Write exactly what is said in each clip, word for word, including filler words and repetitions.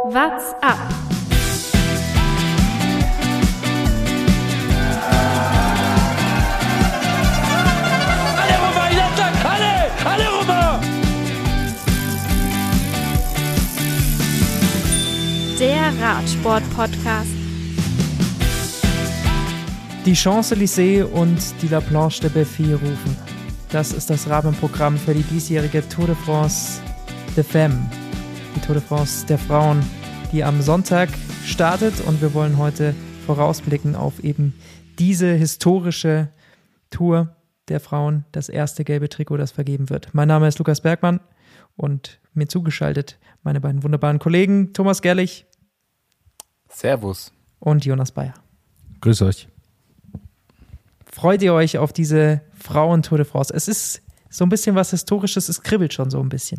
What's up? Alle Roma, in Attack! Alle! Alle Roma! Der Radsport-Podcast. Die Champs-Élysées und die La Planche de Belfi rufen. Das ist das Rahmenprogramm für die diesjährige Tour de France de Femmes. Die Tour de France der Frauen, die am Sonntag startet, und wir wollen heute vorausblicken auf eben diese historische Tour der Frauen, das erste gelbe Trikot, das vergeben wird. Mein Name ist Lukas Bergmann und mir zugeschaltet meine beiden wunderbaren Kollegen Thomas Gerlich. Servus. Und Jonas Bayer. Grüß euch. Freut ihr euch auf diese Frauen-Tour de France? Es ist so ein bisschen was Historisches, es kribbelt schon so ein bisschen.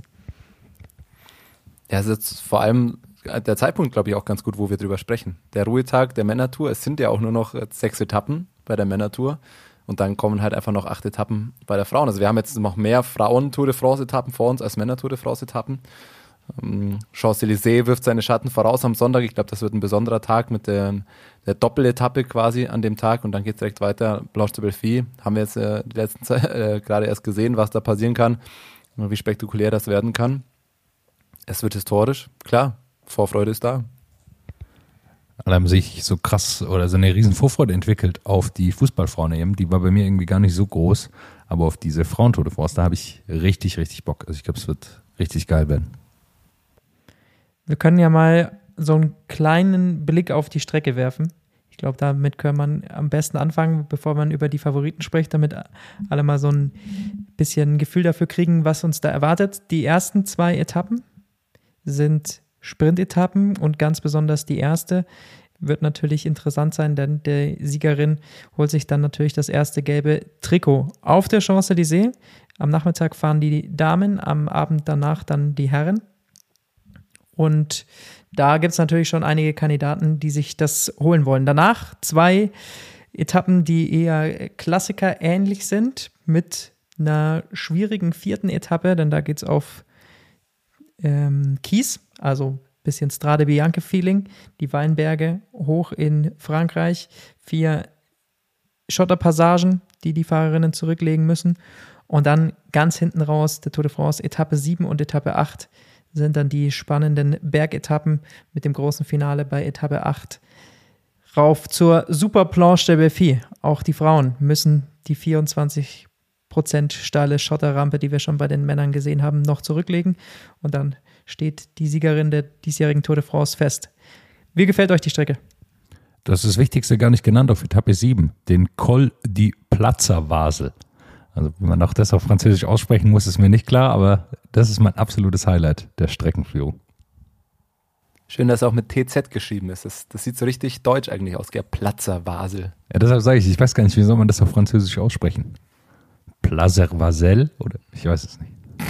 Ja, es ist vor allem der Zeitpunkt, glaube ich, auch ganz gut, wo wir drüber sprechen. Der Ruhetag der Männertour, es sind ja auch nur noch sechs Etappen bei der Männertour und dann kommen halt einfach noch acht Etappen bei der Frauen. Also wir haben jetzt noch mehr Frauen-Tour de France-Etappen vor uns als Männer-Tour de France-Etappen. Ähm, Champs-Élysées wirft seine Schatten voraus am Sonntag. Ich glaube, das wird ein besonderer Tag mit der, der Doppeletappe quasi an dem Tag und dann geht es direkt weiter. Planche de Belfi haben wir jetzt äh, die letzten Zeit äh, gerade erst gesehen, was da passieren kann, wie spektakulär das werden kann. Es wird historisch, klar, Vorfreude ist da. Alle haben sich so krass oder so eine riesen Vorfreude entwickelt auf die Fußballfrauen-E M. Die war bei mir irgendwie gar nicht so groß, aber auf diese Frauentour de France, da habe ich richtig, richtig Bock. Also ich glaube, es wird richtig geil werden. Wir können ja mal so einen kleinen Blick auf die Strecke werfen. Ich glaube, damit kann man am besten anfangen, bevor man über die Favoriten spricht, damit alle mal so ein bisschen ein Gefühl dafür kriegen, was uns da erwartet. Die ersten zwei Etappen sind Sprintetappen und ganz besonders die erste wird natürlich interessant sein, denn die Siegerin holt sich dann natürlich das erste gelbe Trikot auf der Champs-Élysées. Am Nachmittag fahren die Damen, am Abend danach dann die Herren. Und da gibt es natürlich schon einige Kandidaten, die sich das holen wollen. Danach zwei Etappen, die eher Klassiker ähnlich sind, mit einer schwierigen vierten Etappe, denn da geht es auf ähm, Kies, also ein bisschen Strade Bianche-Feeling, die Weinberge hoch in Frankreich, vier Schotterpassagen, die die Fahrerinnen zurücklegen müssen. Und dann ganz hinten raus der Tour de France, Etappe sieben und Etappe acht, sind dann die spannenden Bergetappen mit dem großen Finale bei Etappe acht. Rauf zur Super Planche de Belfi. Auch die Frauen müssen die vierundzwanzig Prozent steile Schotterrampe, die wir schon bei den Männern gesehen haben, noch zurücklegen. Und dann steht die Siegerin der diesjährigen Tour de France fest. Wie gefällt euch die Strecke? Du hast das Wichtigste gar nicht genannt auf Etappe sieben, den Col di Plaza Vasel. Also wie man auch das auf Französisch aussprechen muss, ist mir nicht klar, aber das ist mein absolutes Highlight der Streckenführung. Schön, dass es auch mit T Z geschrieben ist. Das, das sieht so richtig deutsch eigentlich aus, gell? Plaza Vasel. Ja, deshalb sage ich, ich weiß gar nicht, wie soll man das auf Französisch aussprechen? Plaza Vasel? Oder ich weiß es nicht.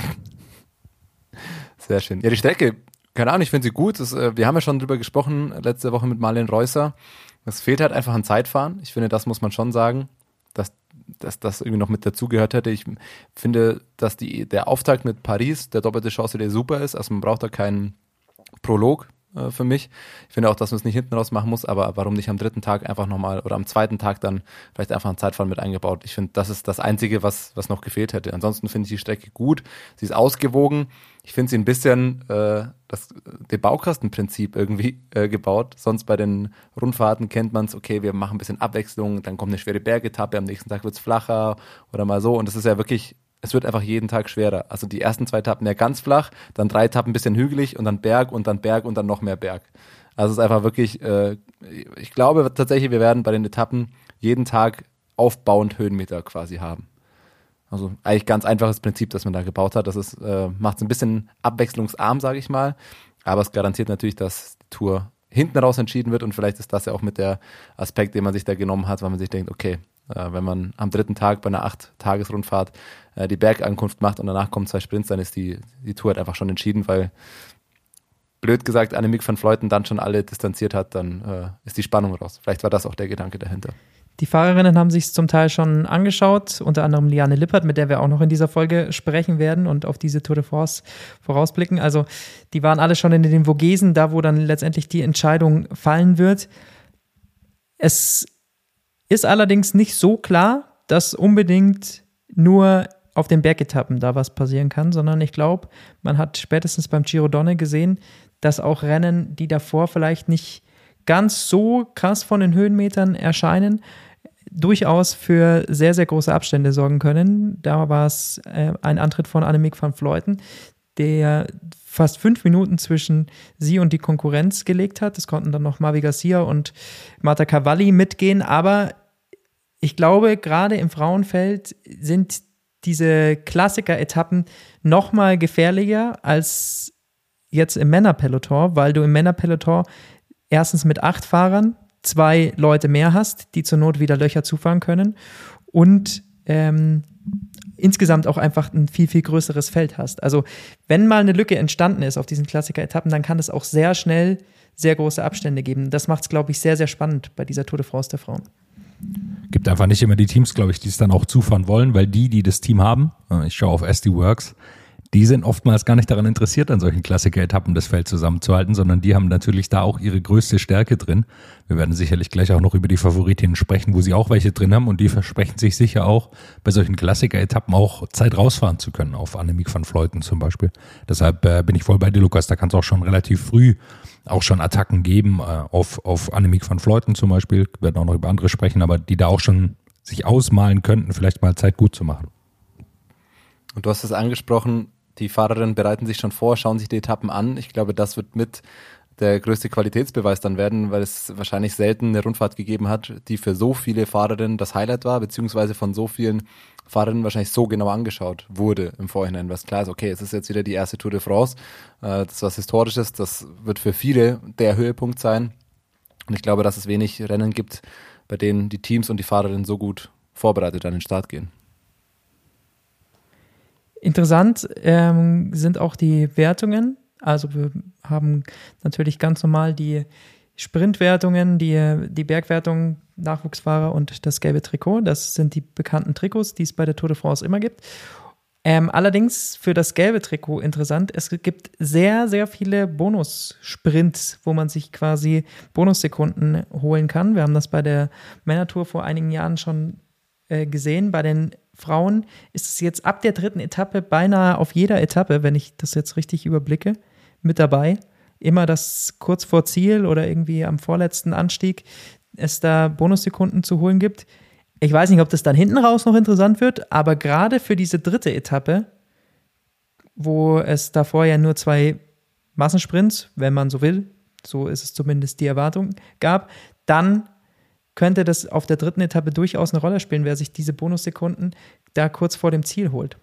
Sehr schön. Ja, die Strecke, keine Ahnung, ich finde sie gut. Das, äh, wir haben ja schon drüber gesprochen, letzte Woche mit Marlene Reusser. Es fehlt halt einfach an Zeitfahren. Ich finde, das muss man schon sagen, dass, dass das irgendwie noch mit dazugehört hätte. Ich finde, dass die, der Auftakt mit Paris, der doppelte Champs-Élysées, super ist. Also man braucht da keinen Prolog äh, für mich. Ich finde auch, dass man es nicht hinten raus machen muss, aber warum nicht am dritten Tag einfach nochmal oder am zweiten Tag dann vielleicht einfach ein Zeitfahren mit eingebaut. Ich finde, das ist das Einzige, was, was noch gefehlt hätte. Ansonsten finde ich die Strecke gut. Sie ist ausgewogen. Ich finde sie ein bisschen äh, das dem Baukastenprinzip irgendwie äh, gebaut. Sonst bei den Rundfahrten kennt man es, okay, wir machen ein bisschen Abwechslung, dann kommt eine schwere Bergetappe, am nächsten Tag wird es flacher oder mal so. Und das ist ja wirklich, es wird einfach jeden Tag schwerer. Also die ersten zwei Etappen ja ganz flach, dann drei Etappen ein bisschen hügelig und dann Berg und dann Berg und dann noch mehr Berg. Also es ist einfach wirklich, äh, ich glaube tatsächlich, wir werden bei den Etappen jeden Tag aufbauend Höhenmeter quasi haben. Also eigentlich ganz einfaches Prinzip, das man da gebaut hat. Das ist, äh, macht es ein bisschen abwechslungsarm, sage ich mal. Aber es garantiert natürlich, dass die Tour hinten raus entschieden wird. Und vielleicht ist das ja auch mit der Aspekt, den man sich da genommen hat, weil man sich denkt, okay, äh, wenn man am dritten Tag bei einer acht-Tages-Rundfahrt äh, die Bergankunft macht und danach kommen zwei Sprints, dann ist die, die Tour halt einfach schon entschieden, weil blöd gesagt, Annemiek van Vleuten dann schon alle distanziert hat, dann äh, ist die Spannung raus. Vielleicht war das auch der Gedanke dahinter. Die Fahrerinnen haben sich zum Teil schon angeschaut, unter anderem Liane Lippert, mit der wir auch noch in dieser Folge sprechen werden und auf diese Tour de France vorausblicken. Also die waren alle schon in den Vogesen, da wo dann letztendlich die Entscheidung fallen wird. Es ist allerdings nicht so klar, dass unbedingt nur auf den Bergetappen da was passieren kann, sondern ich glaube, man hat spätestens beim Giro Donne gesehen, dass auch Rennen, die davor vielleicht nicht ganz so krass von den Höhenmetern erscheinen, durchaus für sehr, sehr große Abstände sorgen können. Da war es äh, ein Antritt von Annemiek van Vleuten, der fast fünf Minuten zwischen sie und die Konkurrenz gelegt hat. Es konnten dann noch Mavi Garcia und Marta Cavalli mitgehen, aber ich glaube, gerade im Frauenfeld sind diese Klassiker-Etappen noch mal gefährlicher als jetzt im Männerpeloton, weil du im Männerpeloton erstens mit acht Fahrern zwei Leute mehr hast, die zur Not wieder Löcher zufahren können und ähm, insgesamt auch einfach ein viel, viel größeres Feld hast. Also wenn mal eine Lücke entstanden ist auf diesen Klassiker-Etappen, dann kann es auch sehr schnell sehr große Abstände geben. Das macht es, glaube ich, sehr, sehr spannend bei dieser Tour de France der Frauen. Gibt einfach nicht immer die Teams, glaube ich, die es dann auch zufahren wollen, weil die, die das Team haben, ich schaue auf S D Works, die sind oftmals gar nicht daran interessiert, an solchen Klassiker-Etappen das Feld zusammenzuhalten, sondern die haben natürlich da auch ihre größte Stärke drin. Wir werden sicherlich gleich auch noch über die Favoritinnen sprechen, wo sie auch welche drin haben und die versprechen sich sicher auch, bei solchen Klassiker-Etappen auch Zeit rausfahren zu können, auf Annemiek van Vleuten zum Beispiel. Deshalb äh, bin ich voll bei dir, Lukas, da kann es auch schon relativ früh auch schon Attacken geben, äh, auf, auf Annemiek van Vleuten zum Beispiel. Wir werden auch noch über andere sprechen, aber die da auch schon sich ausmalen könnten, vielleicht mal Zeit gut zu machen. Und du hast es angesprochen, die Fahrerinnen bereiten sich schon vor, schauen sich die Etappen an. Ich glaube, das wird mit der größte Qualitätsbeweis dann werden, weil es wahrscheinlich selten eine Rundfahrt gegeben hat, die für so viele Fahrerinnen das Highlight war, beziehungsweise von so vielen Fahrerinnen wahrscheinlich so genau angeschaut wurde im Vorhinein, was klar ist, okay, es ist jetzt wieder die erste Tour de France, das ist was Historisches, das wird für viele der Höhepunkt sein. Und ich glaube, dass es wenig Rennen gibt, bei denen die Teams und die Fahrerinnen so gut vorbereitet an den Start gehen. Interessant ähm, sind auch die Wertungen. Also wir haben natürlich ganz normal die Sprintwertungen, die, die Bergwertung, Nachwuchsfahrer und das gelbe Trikot. Das sind die bekannten Trikots, die es bei der Tour de France immer gibt. Ähm, allerdings für das gelbe Trikot interessant, es gibt sehr, sehr viele Bonussprints, wo man sich quasi Bonussekunden holen kann. Wir haben das bei der Männertour vor einigen Jahren schon äh, gesehen. Bei den Frauen ist es jetzt ab der dritten Etappe beinahe auf jeder Etappe, wenn ich das jetzt richtig überblicke, mit dabei. Immer das kurz vor Ziel oder irgendwie am vorletzten Anstieg es da Bonussekunden zu holen gibt. Ich weiß nicht, ob das dann hinten raus noch interessant wird, aber gerade für diese dritte Etappe, wo es davor ja nur zwei Massensprints, wenn man so will, so ist es zumindest die Erwartung, gab, dann könnte das auf der dritten Etappe durchaus eine Rolle spielen, wer sich diese Bonussekunden da kurz vor dem Ziel holt.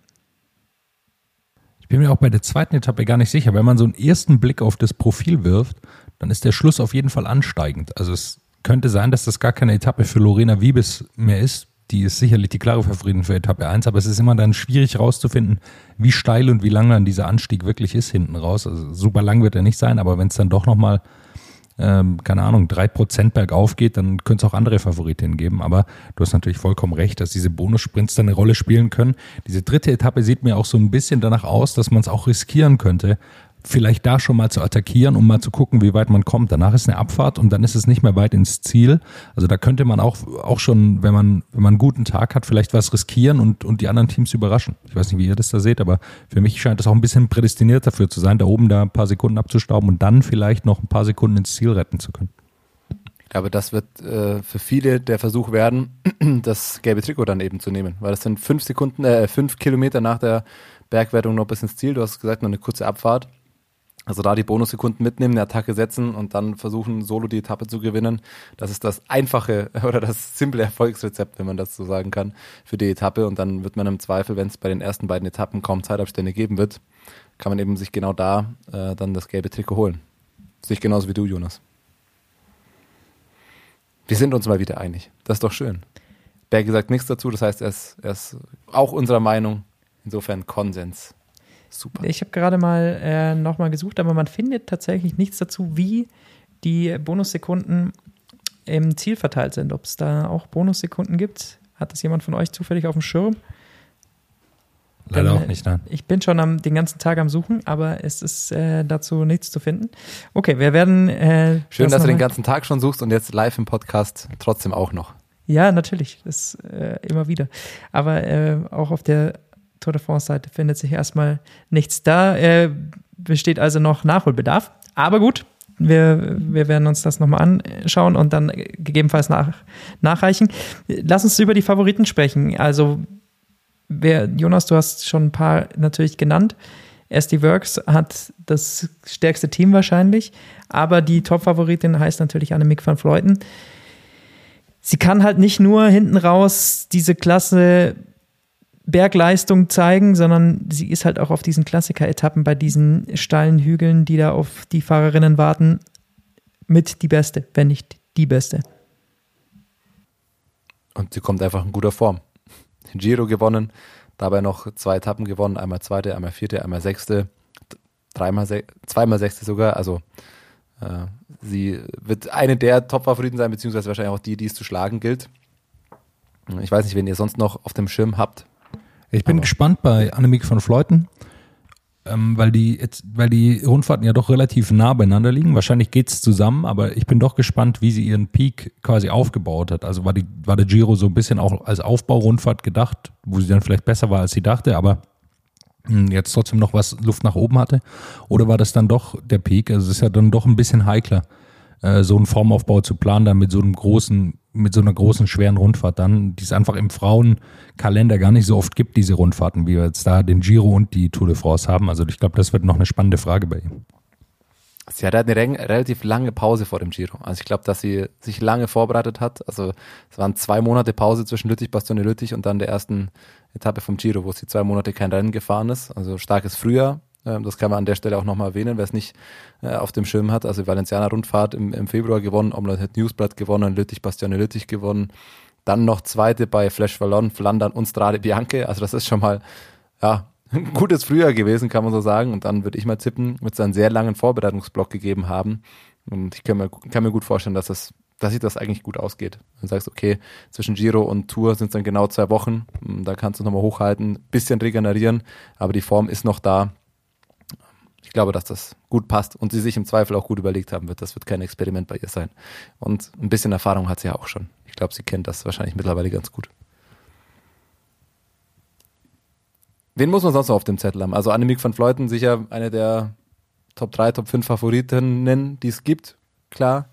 Ich bin mir auch bei der zweiten Etappe gar nicht sicher. Wenn man so einen ersten Blick auf das Profil wirft, dann ist der Schluss auf jeden Fall ansteigend. Also es könnte sein, dass das gar keine Etappe für Lorena Wiebes mehr ist. Die ist sicherlich die klare Favoritin für Etappe eins, aber es ist immer dann schwierig rauszufinden, wie steil und wie lang dann dieser Anstieg wirklich ist hinten raus. Also super lang wird er nicht sein, aber wenn es dann doch nochmal Ähm, keine Ahnung, drei Prozent bergauf geht, dann könnte es auch andere Favoritinnen geben. Aber du hast natürlich vollkommen recht, dass diese Bonussprints dann eine Rolle spielen können. Diese dritte Etappe sieht mir auch so ein bisschen danach aus, dass man es auch riskieren könnte, vielleicht da schon mal zu attackieren, um mal zu gucken, wie weit man kommt. Danach ist eine Abfahrt und dann ist es nicht mehr weit ins Ziel. Also da könnte man auch, auch schon, wenn man, wenn man einen guten Tag hat, vielleicht was riskieren und, und die anderen Teams überraschen. Ich weiß nicht, wie ihr das da seht, aber für mich scheint das auch ein bisschen prädestiniert dafür zu sein, da oben da ein paar Sekunden abzustauben und dann vielleicht noch ein paar Sekunden ins Ziel retten zu können. Ich glaube, das wird äh, für viele der Versuch werden, das gelbe Trikot dann eben zu nehmen, weil das sind fünf Sekunden, äh, fünf Kilometer nach der Bergwertung noch bis ins Ziel. Du hast gesagt, noch eine kurze Abfahrt. Also da die Bonussekunden mitnehmen, eine Attacke setzen und dann versuchen, solo die Etappe zu gewinnen. Das ist das einfache oder das simple Erfolgsrezept, wenn man das so sagen kann, für die Etappe. Und dann wird man im Zweifel, wenn es bei den ersten beiden Etappen kaum Zeitabstände geben wird, kann man eben sich genau da äh, dann das gelbe Trikot holen. Sehe ich genauso wie du, Jonas. Wir sind uns mal wieder einig. Das ist doch schön. Bergi sagt nichts dazu, das heißt, er ist, er ist auch unserer Meinung. Insofern Konsens. Super. Ich habe gerade mal äh, nochmal gesucht, aber man findet tatsächlich nichts dazu, wie die Bonussekunden im Ziel verteilt sind. Ob es da auch Bonussekunden gibt? Hat das jemand von euch zufällig auf dem Schirm? Leider Denn, auch nicht, nein. Ich bin schon am, den ganzen Tag am Suchen, aber es ist äh, dazu nichts zu finden. Okay, wir werden... Äh, Schön, das dass du den mal- ganzen Tag schon suchst und jetzt live im Podcast trotzdem auch noch. Ja, natürlich, das äh, immer wieder. Aber äh, auch auf der Tour de France-Seite findet sich erstmal nichts. Da äh, besteht also noch Nachholbedarf. Aber gut, wir, wir werden uns das nochmal anschauen und dann gegebenenfalls nach, nachreichen. Lass uns über die Favoriten sprechen. Also, wer, Jonas, du hast schon ein paar natürlich genannt. S D Works hat das stärkste Team wahrscheinlich, aber die Top-Favoritin heißt natürlich Annemiek van Vleuten. Sie kann halt nicht nur hinten raus diese klasse Bergleistung zeigen, sondern sie ist halt auch auf diesen Klassiker-Etappen bei diesen steilen Hügeln, die da auf die Fahrerinnen warten, mit die Beste, wenn nicht die Beste. Und sie kommt einfach in guter Form. Den Giro gewonnen, dabei noch zwei Etappen gewonnen, einmal zweite, einmal vierte, einmal sechste, dreimal, se- zweimal sechste sogar, also äh, sie wird eine der Top-Favoriten sein, beziehungsweise wahrscheinlich auch die, die es zu schlagen gilt. Ich weiß nicht, wen ihr sonst noch auf dem Schirm habt. Ich bin Aber- gespannt bei Annemiek van Vleuten, ähm, weil, die jetzt, weil die Rundfahrten ja doch relativ nah beieinander liegen. Wahrscheinlich geht es zusammen, aber ich bin doch gespannt, wie sie ihren Peak quasi aufgebaut hat. Also war, die, war der Giro so ein bisschen auch als Aufbaurundfahrt gedacht, wo sie dann vielleicht besser war, als sie dachte, aber mh, jetzt trotzdem noch was Luft nach oben hatte. Oder war das dann doch der Peak? Also es ist ja dann doch ein bisschen heikler, äh, so einen Formaufbau zu planen, dann mit so einem großen mit so einer großen, schweren Rundfahrt dann, die es einfach im Frauenkalender gar nicht so oft gibt, diese Rundfahrten, wie wir jetzt da den Giro und die Tour de France haben. Also ich glaube, das wird noch eine spannende Frage bei ihm. Sie hatte eine re- relativ lange Pause vor dem Giro. Also ich glaube, dass sie sich lange vorbereitet hat. Also es waren zwei Monate Pause zwischen Lüttich, Bastogne Lüttich und dann der ersten Etappe vom Giro, wo sie zwei Monate kein Rennen gefahren ist. Also starkes Frühjahr. Das kann man an der Stelle auch nochmal erwähnen, wer es nicht äh, auf dem Schirm hat. Also Valenciana-Rundfahrt im, im Februar gewonnen, Omelette Newsblatt gewonnen, Lüttich, Bastogne Lüttich gewonnen. Dann noch zweite bei Flash Wallon, Flandern und Strade Bianche. Also das ist schon mal ja, ein gutes Frühjahr gewesen, kann man so sagen. Und dann würde ich mal tippen, wird es einen sehr langen Vorbereitungsblock gegeben haben. Und ich kann mir, kann mir gut vorstellen, dass, das, dass sich das eigentlich gut ausgeht. Wenn du sagst, okay, zwischen Giro und Tour sind es dann genau zwei Wochen. Da kannst du nochmal hochhalten, bisschen regenerieren, aber die Form ist noch da. Ich glaube, dass das gut passt und sie sich im Zweifel auch gut überlegt haben wird. Das wird kein Experiment bei ihr sein. Und ein bisschen Erfahrung hat sie ja auch schon. Ich glaube, sie kennt das wahrscheinlich mittlerweile ganz gut. Wen muss man sonst noch auf dem Zettel haben? Also Annemiek van Vleuten, sicher eine der Top drei, Top fünf Favoritinnen, die es gibt, klar.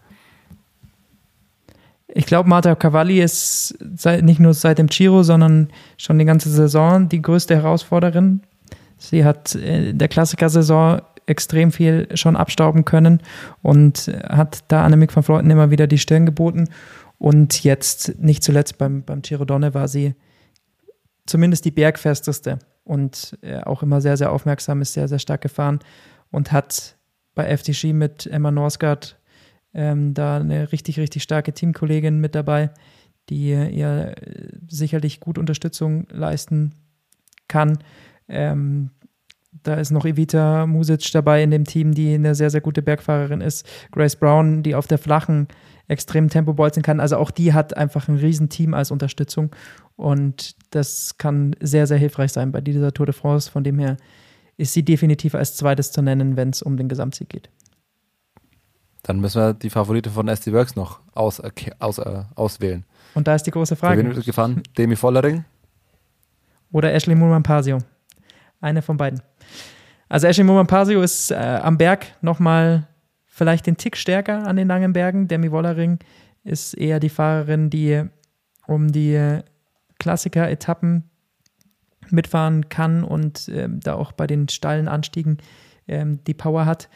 Ich glaube, Marta Cavalli ist seit, nicht nur seit dem Giro, sondern schon die ganze Saison die größte Herausforderin. Sie hat in der Klassiker-Saison extrem viel schon abstauben können und hat da Annemiek van Vleuten immer wieder die Stirn geboten. Und jetzt, nicht zuletzt beim, beim Giro Donne, war sie zumindest die bergfesteste und auch immer sehr, sehr aufmerksam, ist sehr, sehr stark gefahren und hat bei F D G mit Emma Norsgaard ähm, da eine richtig, richtig starke Teamkollegin mit dabei, die ihr sicherlich gut Unterstützung leisten kann. Ähm, da ist noch Evita Music dabei in dem Team, die eine sehr, sehr gute Bergfahrerin ist. Grace Brown, die auf der flachen extrem Tempo bolzen kann. Also auch die hat einfach ein Riesenteam als Unterstützung und das kann sehr, sehr hilfreich sein bei dieser Tour de France. Von dem her ist sie definitiv als zweites zu nennen, wenn es um den Gesamtsieg geht. Dann müssen wir die Favorite von S D Works noch aus, aus, äh, auswählen. Und da ist die große Frage. Für wen wird gefahren? Demi Vollering? Oder Ashley Moolman-Pasio. Eine von beiden. Also Ashley Moolman-Pasio ist äh, am Berg nochmal vielleicht den Tick stärker an den langen Bergen. Demi Vollering ist eher die Fahrerin, die um die Klassiker-Etappen mitfahren kann und ähm, da auch bei den steilen Anstiegen ähm, die Power hat.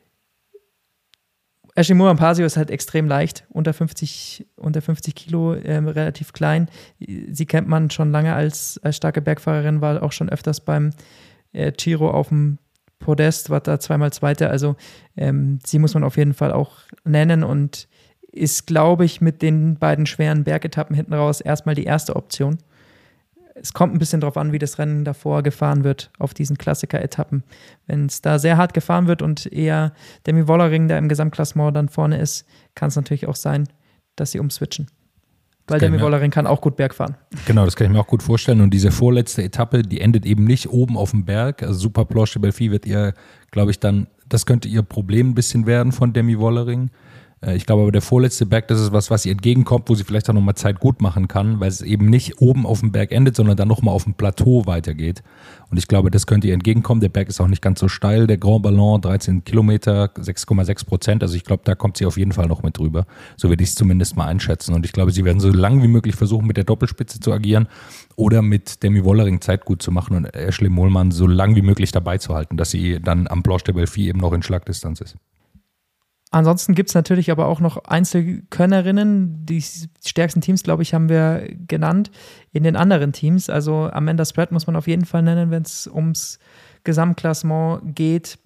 Ashley Moolman-Pasio ist halt extrem leicht, unter fünfzig, unter fünfzig Kilo, ähm, relativ klein. Sie kennt man schon lange als, als starke Bergfahrerin, war auch schon öfters beim äh, Giro auf dem Podest, war da zweimal Zweite. Also ähm, sie muss man auf jeden Fall auch nennen und ist, glaube ich, mit den beiden schweren Bergetappen hinten raus erstmal die erste Option. es kommt ein bisschen drauf an, wie das Rennen davor gefahren wird auf diesen Klassiker-Etappen. Wenn es da sehr hart gefahren wird und eher Demi Vollering, der im Gesamtklassement dann vorne ist, kann es natürlich auch sein, dass sie umswitchen. Weil Demi Vollering kann auch gut Berg fahren. Genau, das kann ich mir auch gut vorstellen. Und diese vorletzte Etappe, die endet eben nicht oben auf dem Berg. Also Super Planche de Belfi wird ihr, glaube ich, dann, das könnte ihr Problem ein bisschen werden von Demi Vollering. Ich glaube aber, der vorletzte Berg, das ist was, was ihr entgegenkommt, wo sie vielleicht auch nochmal Zeit gut machen kann, weil es eben nicht oben auf dem Berg endet, sondern dann nochmal auf dem Plateau weitergeht. Und ich glaube, das könnte ihr entgegenkommen. Der Berg ist auch nicht ganz so steil. Der Grand Ballon, dreizehn Kilometer, sechs Komma sechs Prozent. Also ich glaube, da kommt sie auf jeden Fall noch mit drüber. So würde ich es zumindest mal einschätzen. Und ich glaube, sie werden so lang wie möglich versuchen, mit der Doppelspitze zu agieren oder mit Demi Vollering Zeit gut zu machen und Ashley Moolman so lang wie möglich dabei zu halten, dass sie dann am Planche de Belfi eben noch in Schlagdistanz ist. Ansonsten gibt es natürlich aber auch noch Einzelkönnerinnen. Die stärksten Teams, glaube ich, haben wir genannt in den anderen Teams. Also Amanda Spratt muss man auf jeden Fall nennen, wenn es ums Gesamtklassement geht.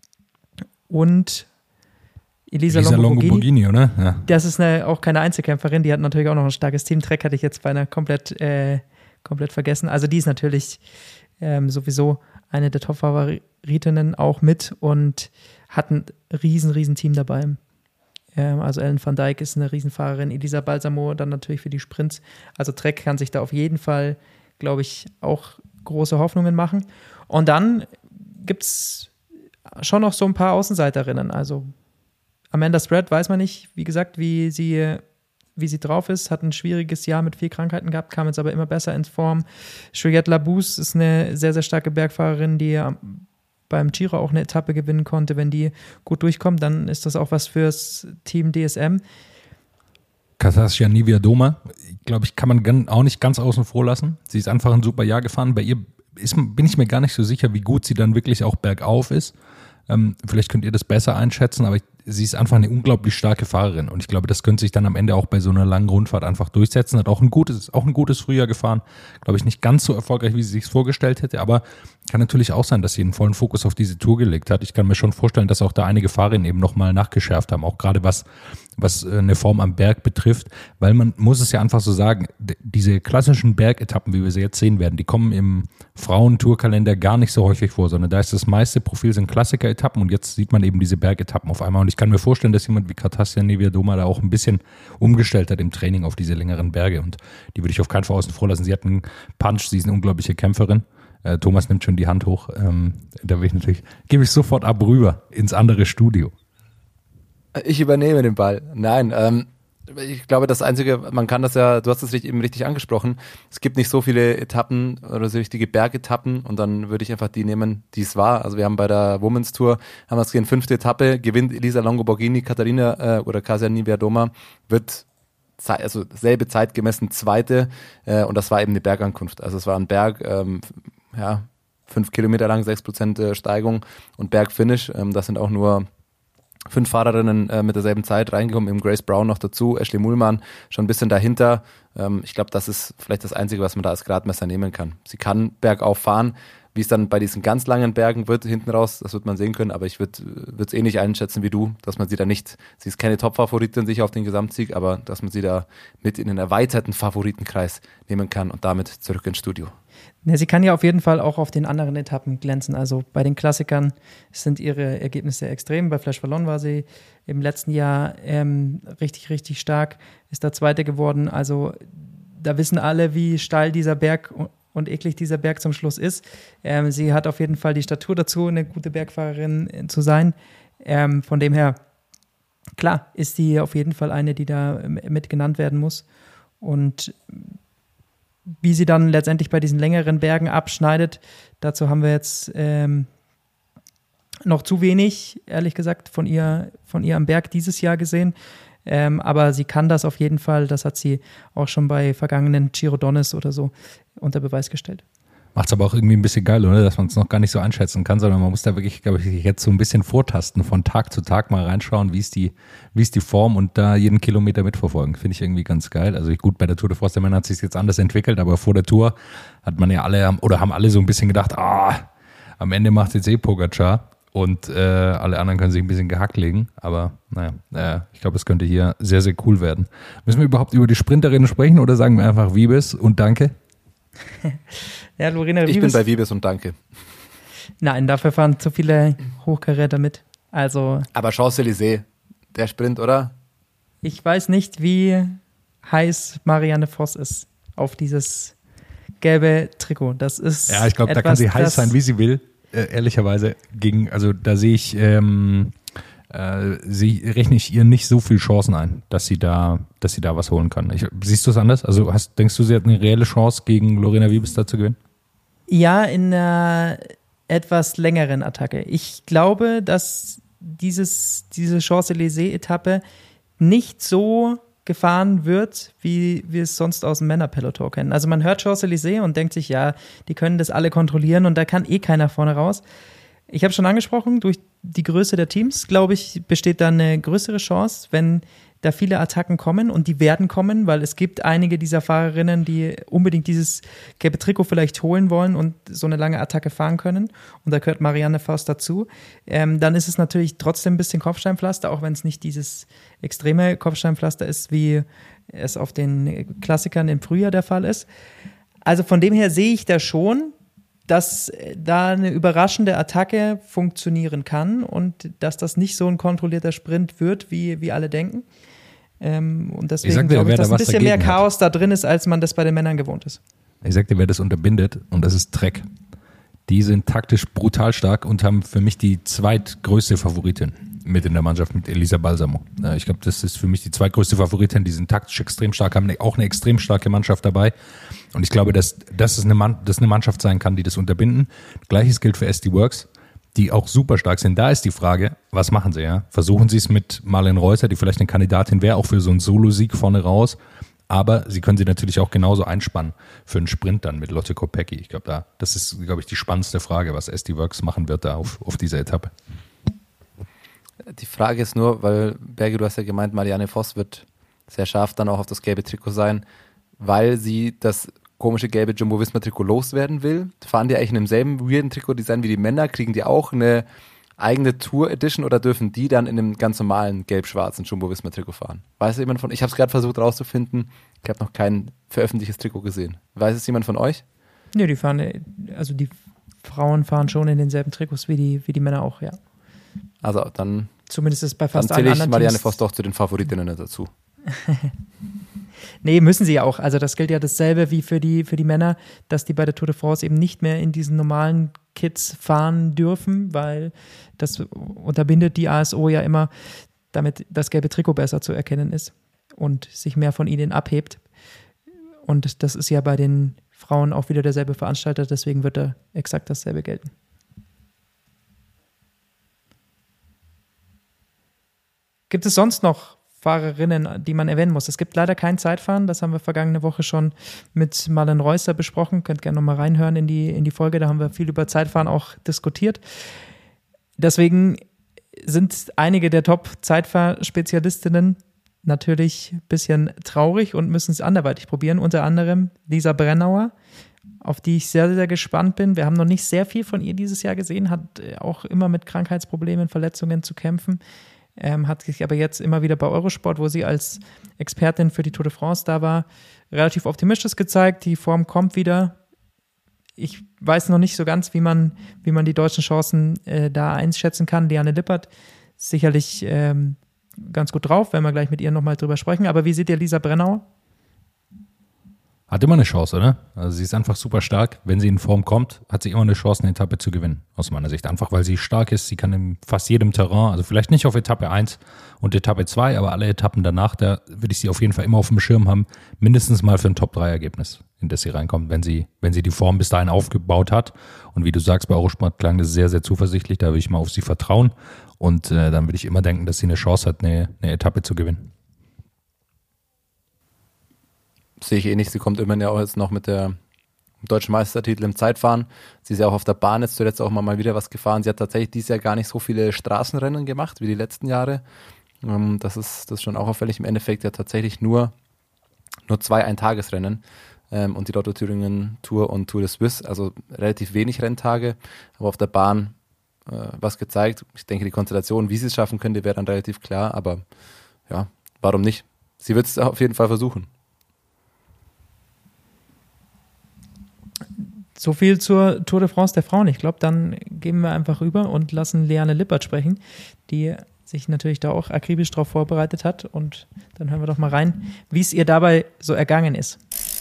Und Elisa, Elisa Longo-Borghini, oder? Ja. Das ist eine, auch keine Einzelkämpferin. Die hat natürlich auch noch ein starkes Team. Trek hatte ich jetzt beinahe komplett, äh, komplett vergessen. Also die ist natürlich ähm, sowieso eine der Top-Favoritinnen auch mit und hat ein riesen, riesen Team dabei. Ähm, also Ellen van Dijk ist eine Riesenfahrerin, Elisa Balsamo dann natürlich für die Sprints. Also Trek kann sich da auf jeden Fall, glaube ich, auch große Hoffnungen machen. Und dann gibt es schon noch so ein paar Außenseiterinnen. Also Amanda Spratt weiß man nicht, wie gesagt, wie sie, wie sie drauf ist. Hat ein schwieriges Jahr mit viel Krankheiten gehabt, kam jetzt aber immer besser in Form. Juliette Labous ist eine sehr, sehr starke Bergfahrerin, die beim Giro auch eine Etappe gewinnen konnte. Wenn die gut durchkommt, dann ist das auch was fürs Team D S M. Katarzyna Niewiadoma, glaube ich, kann man auch nicht ganz außen vor lassen. Sie ist einfach ein super Jahr gefahren. Bei ihr ist, bin ich mir gar nicht so sicher, wie gut sie dann wirklich auch bergauf ist. Ähm, vielleicht könnt ihr das besser einschätzen, aber ich, sie ist einfach eine unglaublich starke Fahrerin und ich glaube, das könnte sich dann am Ende auch bei so einer langen Rundfahrt einfach durchsetzen. Hat auch ein gutes, auch ein gutes Frühjahr gefahren, glaube ich, nicht ganz so erfolgreich, wie sie sich vorgestellt hätte, aber kann natürlich auch sein, dass sie einen vollen Fokus auf diese Tour gelegt hat. Ich kann mir schon vorstellen, dass auch da einige Fahrerinnen eben nochmal nachgeschärft haben, auch gerade was, was eine Form am Berg betrifft, weil man muss es ja einfach so sagen, diese klassischen Bergetappen, wie wir sie jetzt sehen werden, die kommen im Frauentourkalender gar nicht so häufig vor, sondern da ist das meiste Profil sind Klassiker-Etappen und jetzt sieht man eben diese Bergetappen auf einmal und ich kann mir vorstellen, dass jemand wie Katarzyna Niewiadoma da auch ein bisschen umgestellt hat im Training auf diese längeren Berge und die würde ich auf keinen Fall außen vor lassen. Sie hat einen Punch, sie ist eine unglaubliche Kämpferin. Äh, Thomas nimmt schon die Hand hoch. Ähm, da will ich natürlich, gebe ich sofort ab rüber ins andere Studio. Ich übernehme den Ball. Nein, ähm, ich glaube, das Einzige, man kann das ja, du hast es eben richtig angesprochen, es gibt nicht so viele Etappen oder so richtige Bergetappen und dann würde ich einfach die nehmen, die es war. Also wir haben bei der Women's Tour, haben wir es gesehen, fünfte Etappe, gewinnt Elisa Longo-Borghini, Katharina äh, oder Katarzyna Niewiadoma, wird Ze- also selbe Zeit gemessen, zweite äh, und das war eben eine Bergankunft. Also es war ein Berg, ähm, ja, fünf Kilometer lang, sechs Prozent Steigung und Bergfinish, ähm, das sind auch nur fünf Fahrerinnen äh, mit derselben Zeit reingekommen, im Grace Brown noch dazu, Ashley Moolman schon ein bisschen dahinter. Ähm, ich glaube, das ist vielleicht das Einzige, was man da als Gradmesser nehmen kann. Sie kann bergauf fahren, wie es dann bei diesen ganz langen Bergen wird, hinten raus, das wird man sehen können, aber ich würde es ähnlich einschätzen wie du, dass man sie da nicht, sie ist keine Top-Favoritin sicher auf den Gesamtsieg, aber dass man sie da mit in den erweiterten Favoritenkreis nehmen kann und damit zurück ins Studio. Ja, sie kann ja auf jeden Fall auch auf den anderen Etappen glänzen. Also bei den Klassikern sind ihre Ergebnisse extrem. Bei Flèche Wallonne war sie im letzten Jahr ähm, richtig, richtig stark, ist da Zweite geworden. Also da wissen alle, wie steil dieser Berg und eklig dieser Berg zum Schluss ist. Ähm, sie hat auf jeden Fall die Statur dazu, eine gute Bergfahrerin äh, zu sein. Ähm, von dem her, klar, ist sie auf jeden Fall eine, die da mit genannt werden muss. Und wie sie dann letztendlich bei diesen längeren Bergen abschneidet, dazu haben wir jetzt ähm, noch zu wenig, ehrlich gesagt, von ihr, von ihr am Berg dieses Jahr gesehen. Ähm, aber sie kann das auf jeden Fall, das hat sie auch schon bei vergangenen Giro Donnes oder so unter Beweis gestellt. Macht es aber auch irgendwie ein bisschen geil, oder? Dass man es noch gar nicht so einschätzen kann, sondern man muss da wirklich, glaube ich, jetzt so ein bisschen vortasten, von Tag zu Tag mal reinschauen, wie ist die, wie ist die Form und da jeden Kilometer mitverfolgen. Finde ich irgendwie ganz geil. Also gut, bei der Tour de France der Männer hat sich jetzt anders entwickelt, aber vor der Tour hat man ja alle, oder haben alle so ein bisschen gedacht, ah, am Ende macht jetzt eh Pogacar und äh, alle anderen können sich ein bisschen gehackt legen. Aber naja, äh, ich glaube, es könnte hier sehr, sehr cool werden. Müssen wir überhaupt über die Sprinterinnen sprechen oder sagen wir einfach Wiebes und danke? Ja, Lorena Ich Wiebes. bin bei Wiebes und danke. Nein, dafür fahren zu viele Hochkaräter mit. Also, Aber Champs-Élysées, der Sprint, oder? ich weiß nicht, wie heiß Marianne Voss ist auf dieses gelbe Trikot. Das ist Ja, ich glaube, da kann etwas, sie heiß das- sein, wie sie will. Äh, ehrlicherweise, gegen, also da sehe ich, ähm, äh, sie, rechne ich ihr nicht so viel Chancen ein, dass sie da, dass sie da was holen kann. Ich, siehst du es anders? Also hast, denkst du, sie hat eine reelle Chance, gegen Lorena Wiebes da zu gewinnen? Ja, in einer etwas längeren Attacke. Ich glaube, dass dieses, diese Champs-Élysées-Etappe nicht so gefahren wird, wie wir es sonst aus dem Männerpeloton kennen. Also man hört Champs-Élysées und denkt sich, ja, die können das alle kontrollieren und da kann eh keiner vorne raus. Ich habe schon angesprochen, durch die Größe der Teams, glaube ich, besteht da eine größere Chance, wenn da viele Attacken kommen und die werden kommen, weil es gibt einige dieser Fahrerinnen, die unbedingt dieses gelbe Trikot vielleicht holen wollen und so eine lange Attacke fahren können. Und da gehört Marianne Voss dazu. Ähm, dann ist es natürlich trotzdem ein bisschen Kopfsteinpflaster, auch wenn es nicht dieses extreme Kopfsteinpflaster ist, wie es auf den Klassikern im Frühjahr der Fall ist. Also von dem her sehe ich da schon, dass da eine überraschende Attacke funktionieren kann und dass das nicht so ein kontrollierter Sprint wird, wie, wie alle denken. Ähm, und deswegen Ich sag dir, glaube ich, wer da dass ein was bisschen mehr dagegen hat. Chaos da drin ist, als man das bei den Männern gewohnt ist. Ich sag dir, wer das unterbindet, und das ist Trek. Die sind taktisch brutal stark und haben für mich die zweitgrößte Favoritin mit in der Mannschaft, mit Elisa Balsamo. Ja, ich glaube, das ist für mich die zweitgrößte Favoritin. Die sind taktisch extrem stark, haben auch eine extrem starke Mannschaft dabei. Und ich glaube, dass das ist eine, Mann, das eine Mannschaft sein kann, die das unterbinden. Gleiches gilt für S D Works, die auch super stark sind. Da ist die Frage, was machen sie? Ja? Versuchen sie es mit Marlen Reusser, die vielleicht eine Kandidatin wäre, auch für so einen Solo-Sieg vorne raus. Aber sie können sie natürlich auch genauso einspannen für einen Sprint dann mit Lotte Kopecky. Ich glaube, da, das ist, glaube ich, die spannendste Frage, was S D Works machen wird da auf, auf dieser Etappe. Die Frage ist nur, weil, Berge, du hast ja gemeint, Marianne Voss wird sehr scharf dann auch auf das gelbe Trikot sein, weil sie das komische gelbe Jumbo-Visma-Trikot loswerden will. Fahren die eigentlich in demselben weirden Trikot-Design wie die Männer? Kriegen die auch eine eigene Tour-Edition oder dürfen die dann in einem ganz normalen gelb-schwarzen Jumbo-Visma-Trikot fahren? Weiß jemand von, ich habe es gerade versucht rauszufinden, ich habe noch kein veröffentlichtes Trikot gesehen. Weiß es jemand von euch? Nee, die fahren, also die Frauen fahren schon in denselben Trikots wie die, wie die Männer auch, ja. Also dann, Zumindest ist bei dann fast allen zähle ich anderen Marianne Teams. Voss doch zu den Favoritinnen dazu. Nee, müssen sie ja auch. Also das gilt ja dasselbe wie für die, für die Männer, dass die bei der Tour de France eben nicht mehr in diesen normalen Kits fahren dürfen, weil das unterbindet die A S O ja immer, damit das gelbe Trikot besser zu erkennen ist und sich mehr von ihnen abhebt. Und das ist ja bei den Frauen auch wieder derselbe Veranstalter, deswegen wird da exakt dasselbe gelten. Gibt es sonst noch Fahrerinnen, die man erwähnen muss? Es gibt leider kein Zeitfahren, das haben wir vergangene Woche schon mit Marlen Reusser besprochen. Könnt gerne nochmal reinhören in die, in die Folge, da haben wir viel über Zeitfahren auch diskutiert. Deswegen sind einige der Top-Zeitfahrspezialistinnen natürlich ein bisschen traurig und müssen es anderweitig probieren, unter anderem Lisa Brennauer, auf die ich sehr, sehr gespannt bin. Wir haben noch nicht sehr viel von ihr dieses Jahr gesehen, hat auch immer mit Krankheitsproblemen, Verletzungen zu kämpfen. Ähm, hat sich aber jetzt immer wieder bei Eurosport, wo sie als Expertin für die Tour de France da war, relativ optimistisch gezeigt. Die Form kommt wieder. Ich weiß noch nicht so ganz, wie man, wie man die deutschen Chancen äh, da einschätzen kann. Liane Lippert ist sicherlich ähm, ganz gut drauf, wenn wir gleich mit ihr nochmal drüber sprechen. Aber wie seht ihr Lisa Brennauer? Hat immer eine Chance, oder? Also sie ist einfach super stark. Wenn sie in Form kommt, hat sie immer eine Chance, eine Etappe zu gewinnen, aus meiner Sicht. Einfach, weil sie stark ist. Sie kann in fast jedem Terrain, also vielleicht nicht auf Etappe eins und Etappe zwei, aber alle Etappen danach, da würde ich sie auf jeden Fall immer auf dem Schirm haben, mindestens mal für ein Top drei Ergebnis, in das sie reinkommt, wenn sie, wenn sie die Form bis dahin aufgebaut hat. Und wie du sagst, bei Eurosport klang das sehr, sehr zuversichtlich. Da würde ich mal auf sie vertrauen. Und äh, dann würde ich immer denken, dass sie eine Chance hat, eine, eine Etappe zu gewinnen. Sehe ich eh nicht. Sie kommt immerhin ja auch jetzt noch mit der deutschen Meistertitel im Zeitfahren. Sie ist ja auch auf der Bahn jetzt zuletzt auch mal, mal wieder was gefahren. Sie hat tatsächlich dieses Jahr gar nicht so viele Straßenrennen gemacht wie die letzten Jahre. Das ist, das ist schon auch auffällig. Im Endeffekt ja tatsächlich nur, nur zwei Eintagesrennen. Und die Lotto Thüringen Tour und Tour de Suisse, also relativ wenig Renntage, aber auf der Bahn äh, was gezeigt. Ich denke, die Konstellation, wie sie es schaffen könnte, wäre dann relativ klar, aber ja, warum nicht? Sie wird es auf jeden Fall versuchen. So viel zur Tour de France der Frauen. Ich glaube, dann gehen wir einfach rüber und lassen Liane Lippert sprechen, die sich natürlich da auch akribisch drauf vorbereitet hat. Und dann hören wir doch mal rein, wie es ihr dabei so ergangen ist.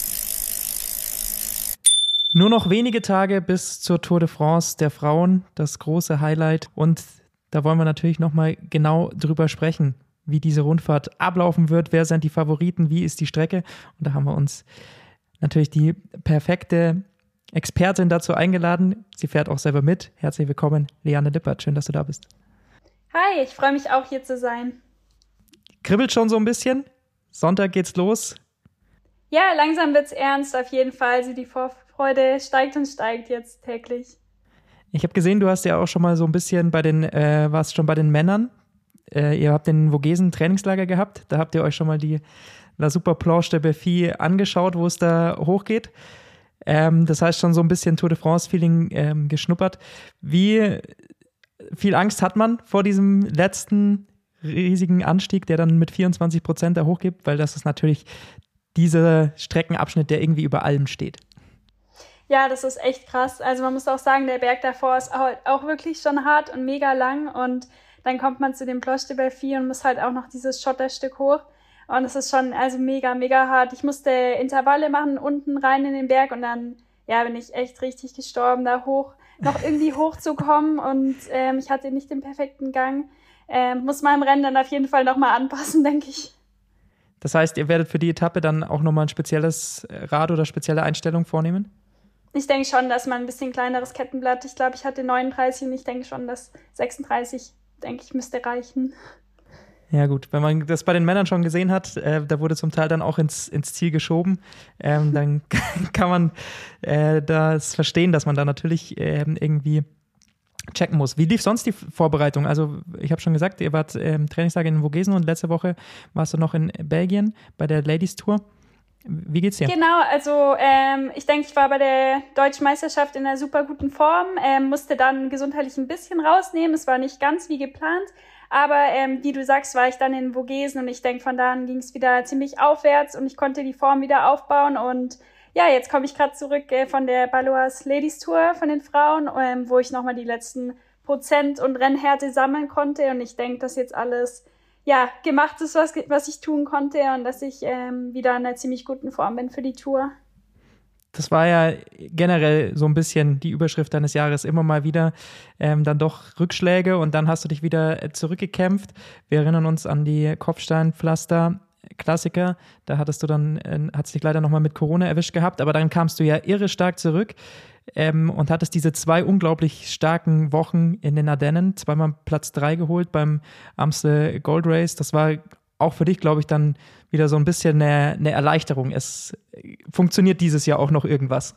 Nur noch wenige Tage bis zur Tour de France der Frauen, das große Highlight. Und da wollen wir natürlich nochmal genau drüber sprechen, wie diese Rundfahrt ablaufen wird, wer sind die Favoriten, wie ist die Strecke. Und da haben wir uns natürlich die perfekte Expertin dazu eingeladen. Sie fährt auch selber mit. Herzlich willkommen, Liane Lippert. Schön, dass du da bist. Hi, ich freue mich auch, hier zu sein. Kribbelt schon so ein bisschen? Sonntag geht's los. Ja, langsam wird's ernst, auf jeden Fall. Also die Vorfreude steigt und steigt jetzt täglich. Ich habe gesehen, du hast ja auch schon mal so ein bisschen bei den, äh, warst schon bei den Männern. Äh, ihr habt den Vogesen Trainingslager gehabt. Da habt ihr euch schon mal die La Super Planche de Belfi angeschaut, wo es da hochgeht. Ähm, das heißt schon so ein bisschen Tour de France-Feeling ähm, geschnuppert. Wie viel Angst hat man vor diesem letzten riesigen Anstieg, der dann mit vierundzwanzig Prozent da hochgeht? Weil das ist natürlich dieser Streckenabschnitt, der irgendwie über allem steht. Ja, das ist echt krass. Also man muss auch sagen, der Berg davor ist auch, auch wirklich schon hart und mega lang. Und dann kommt man zu dem Planche de Belfi und muss halt auch noch dieses Schotterstück hoch. Und es ist schon also mega, mega hart. Ich musste Intervalle machen, unten rein in den Berg. Und dann ja, bin ich echt richtig gestorben, da hoch, noch irgendwie hochzukommen. Und ähm, ich hatte nicht den perfekten Gang. Ähm, muss man im Rennen dann auf jeden Fall nochmal anpassen, denke ich. Das heißt, ihr werdet für die Etappe dann auch nochmal ein spezielles Rad oder spezielle Einstellung vornehmen? Ich denke schon, dass man ein bisschen kleineres Kettenblatt, ich glaube, ich hatte neununddreißig und ich denke schon, dass sechsunddreißig, denke ich, müsste reichen. Ja gut, wenn man das bei den Männern schon gesehen hat, äh, da wurde zum Teil dann auch ins, ins Ziel geschoben, ähm, dann kann man äh, das verstehen, dass man da natürlich äh, irgendwie checken muss. Wie lief sonst die Vorbereitung? Also ich habe schon gesagt, ihr wart im Trainingslager in Vogesen und letzte Woche warst du noch in Belgien bei der Ladies Tour. Wie geht's dir? Genau, also ähm, ich denke, ich war bei der Deutschen Meisterschaft in einer super guten Form, ähm, musste dann gesundheitlich ein bisschen rausnehmen, es war nicht ganz wie geplant, aber ähm, wie du sagst, war ich dann in Vogesen und ich denke, von da an ging es wieder ziemlich aufwärts und ich konnte die Form wieder aufbauen und ja, jetzt komme ich gerade zurück äh, von der Baloise Ladies Tour von den Frauen, ähm, wo ich nochmal die letzten Prozent und Rennhärte sammeln konnte und ich denke, dass jetzt alles ja gemacht ist, was, was ich tun konnte und dass ich ähm, wieder in einer ziemlich guten Form bin für die Tour. Das war ja generell so ein bisschen die Überschrift deines Jahres, immer mal wieder ähm, dann doch Rückschläge und dann hast du dich wieder zurückgekämpft. Wir erinnern uns an die Kopfsteinpflaster Klassiker, da hattest du dann, äh, hat's dich leider nochmal mit Corona erwischt gehabt, aber dann kamst du ja irre stark zurück ähm, und hattest diese zwei unglaublich starken Wochen in den Ardennen, zweimal Platz drei geholt beim Amstel Gold Race. Das war auch für dich, glaube ich, dann wieder so ein bisschen eine, eine Erleichterung. Es funktioniert dieses Jahr auch noch irgendwas.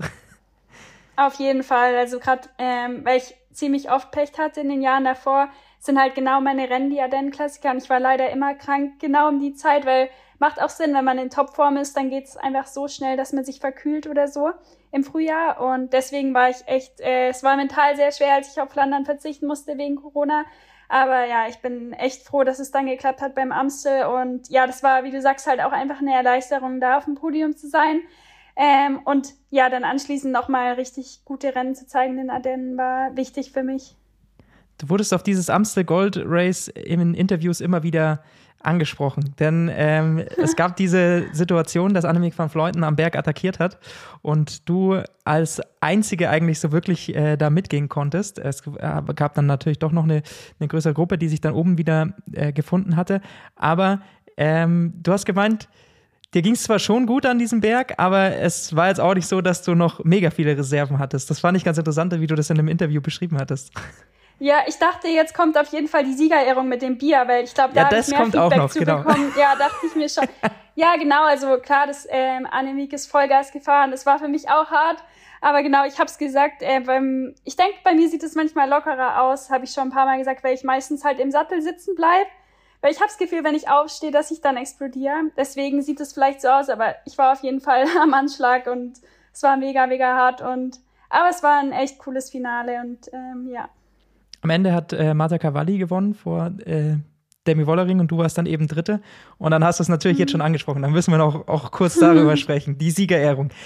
Auf jeden Fall, also gerade, ähm, weil ich ziemlich oft Pech hatte in den Jahren davor, sind halt genau meine Rennen, die Ardennen-Klassiker. Und ich war leider immer krank, genau um die Zeit, weil macht auch Sinn, wenn man in Topform ist, dann geht's einfach so schnell, dass man sich verkühlt oder so im Frühjahr. Und deswegen war ich echt, äh, es war mental sehr schwer, als ich auf Flandern verzichten musste wegen Corona. Aber ja, ich bin echt froh, dass es dann geklappt hat beim Amstel. Und ja, das war, wie du sagst, halt auch einfach eine Erleichterung, da auf dem Podium zu sein. Ähm, und ja, dann anschließend nochmal richtig gute Rennen zu zeigen in den Ardennen war wichtig für mich. Du wurdest auf dieses Amstel Gold Race in Interviews immer wieder angesprochen, denn ähm, es gab diese Situation, dass Annemiek van Vleuten am Berg attackiert hat und du als Einzige eigentlich so wirklich äh, da mitgehen konntest. Es gab dann natürlich doch noch eine, eine größere Gruppe, die sich dann oben wieder äh, gefunden hatte, aber ähm, du hast gemeint, dir ging es zwar schon gut an diesem Berg, aber es war jetzt auch nicht so, dass du noch mega viele Reserven hattest. Das fand ich ganz interessant, wie du das in einem Interview beschrieben hattest. Ja, ich dachte, jetzt kommt auf jeden Fall die Siegerehrung mit dem Bier, weil ich glaube, da ja, habe ich mehr Feedback noch, zu genau. bekommen. Ja, dachte ich mir schon. Ja, genau, also klar, das ähm, Annemiek ist Vollgas gefahren, das war für mich auch hart, aber genau, ich habe es gesagt, äh, beim, ich denke, bei mir sieht es manchmal lockerer aus, habe ich schon ein paar Mal gesagt, weil ich meistens halt im Sattel sitzen bleibe, weil ich habe das Gefühl, wenn ich aufstehe, dass ich dann explodiere, deswegen sieht es vielleicht so aus, aber ich war auf jeden Fall am Anschlag und es war mega, mega hart und, aber es war ein echt cooles Finale und ähm, ja. Am Ende hat äh, Marta Cavalli gewonnen vor äh, Demi Wollering und du warst dann eben Dritte. Und dann hast du es natürlich mhm. jetzt schon angesprochen. Dann müssen wir noch auch kurz darüber sprechen. Die Siegerehrung.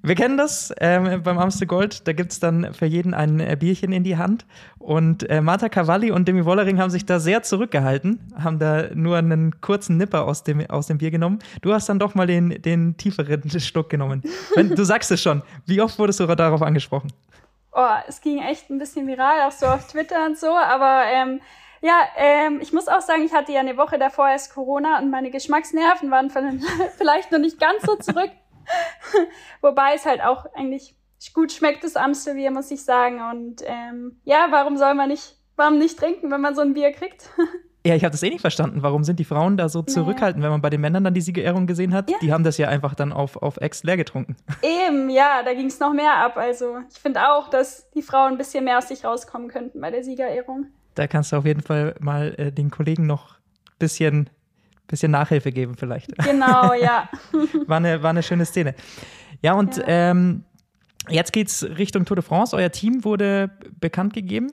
Wir kennen das ähm, beim Amstel Gold. Da gibt es dann für jeden ein äh, Bierchen in die Hand. Und äh, Marta Cavalli und Demi Wollering haben sich da sehr zurückgehalten, haben da nur einen kurzen Nipper aus dem, aus dem Bier genommen. Du hast dann doch mal den, den tieferen Schluck genommen. Wenn, du sagst es schon. Wie oft wurdest du darauf angesprochen? Oh, es ging echt ein bisschen viral, auch so auf Twitter und so. Aber ähm, ja, ähm, ich muss auch sagen, ich hatte ja eine Woche davor erst Corona und meine Geschmacksnerven waren vielleicht noch nicht ganz so zurück. Wobei es halt auch eigentlich gut schmeckt, das Amstelbier, muss ich sagen. Und ähm, ja, warum soll man nicht, warum nicht trinken, wenn man so ein Bier kriegt? Ja, ich habe das eh nicht verstanden. Warum sind die Frauen da so zurückhaltend, wenn man bei den Männern dann die Siegerehrung gesehen hat? Ja. Die haben das ja einfach dann auf, auf Ex leer getrunken. Eben, ja, da ging es noch mehr ab. Also ich finde auch, dass die Frauen ein bisschen mehr aus sich rauskommen könnten bei der Siegerehrung. Da kannst du auf jeden Fall mal äh, den Kollegen noch ein bisschen bisschen Nachhilfe geben vielleicht. Genau, ja. war, eine, war eine schöne Szene. Ja, und ja. Ähm, jetzt geht's Richtung Tour de France. Euer Team wurde bekannt gegeben.